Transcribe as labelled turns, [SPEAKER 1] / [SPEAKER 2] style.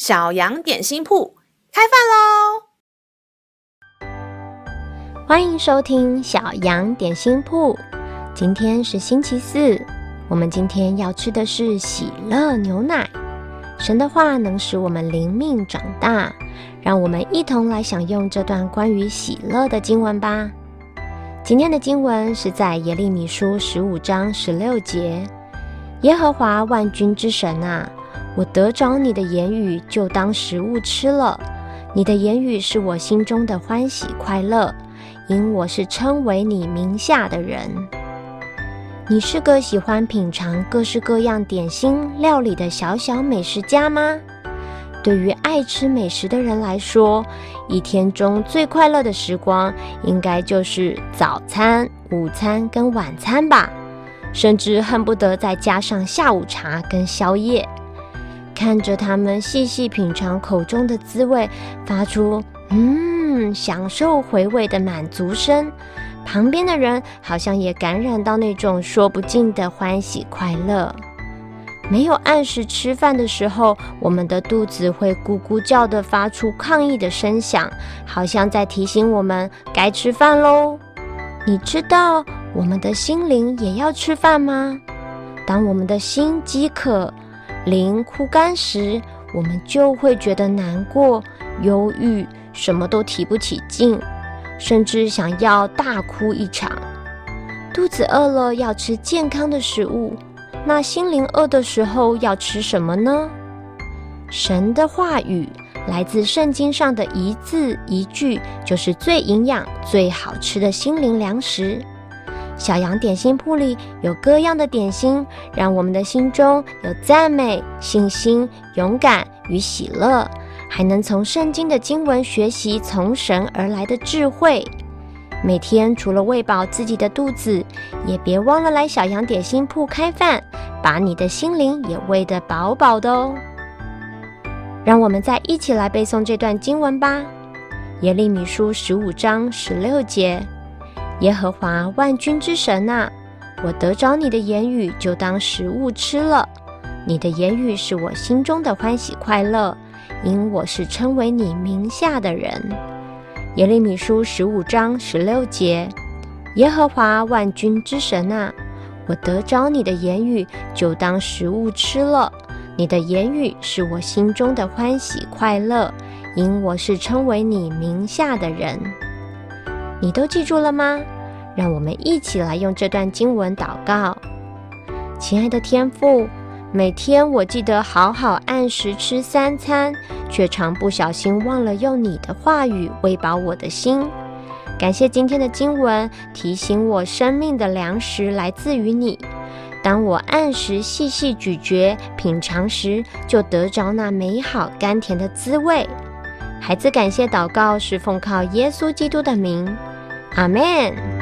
[SPEAKER 1] 小羊点心铺开饭喽！
[SPEAKER 2] 欢迎收听小羊点心铺。今天是星期四，我们今天要吃的是喜乐牛奶。神的话能使我们灵命长大，让我们一同来享用这段关于喜乐的经文吧。今天的经文是在耶利米书15章16节。耶和华万军之神啊，我得着你的言语，就当食物吃了。你的言语是我心中的欢喜快乐，因我是称为你名下的人。你是个喜欢品尝各式各样点心料理的小小美食家吗？对于爱吃美食的人来说，一天中最快乐的时光应该就是早餐、午餐跟晚餐吧，甚至恨不得再加上下午茶跟宵夜。看着他们细细品尝口中的滋味，发出享受回味的满足声，旁边的人好像也感染到那种说不尽的欢喜快乐。没有按时吃饭的时候，我们的肚子会咕咕叫地发出抗议的声响，好像在提醒我们该吃饭咯。你知道我们的心灵也要吃饭吗？当我们的心饥渴，灵枯干时，我们就会觉得难过、忧郁，什么都提不起劲，甚至想要大哭一场。肚子饿了要吃健康的食物，那心灵饿的时候要吃什么呢？神的话语来自圣经上的一字一句，就是最营养、最好吃的心灵粮食。小羊点心铺里有各样的点心，让我们的心中有赞美、信心、勇敢与喜乐，还能从圣经的经文学习从神而来的智慧。每天除了喂饱自己的肚子，也别忘了来小羊点心铺开饭，把你的心灵也喂得饱饱的哦。让我们再一起来背诵这段经文吧。耶利米书15章16节。耶和华万军之神啊，我得着你的言语，就当食物吃了。你的言语是我心中的欢喜快乐，因我是称为你名下的人。耶利米书15章16节。耶和华万军之神啊，我得着你的言语，就当食物吃了。你的言语是我心中的欢喜快乐，因我是称为你名下的人。你都记住了吗？让我们一起来用这段经文祷告。亲爱的天父，每天我记得好好按时吃3餐，却常不小心忘了用你的话语喂饱我的心。感谢今天的经文提醒我，生命的粮食来自于你。当我按时细细咀嚼品尝时，就得着那美好甘甜的滋味。孩子感谢祷告是奉靠耶稣基督的名，阿们。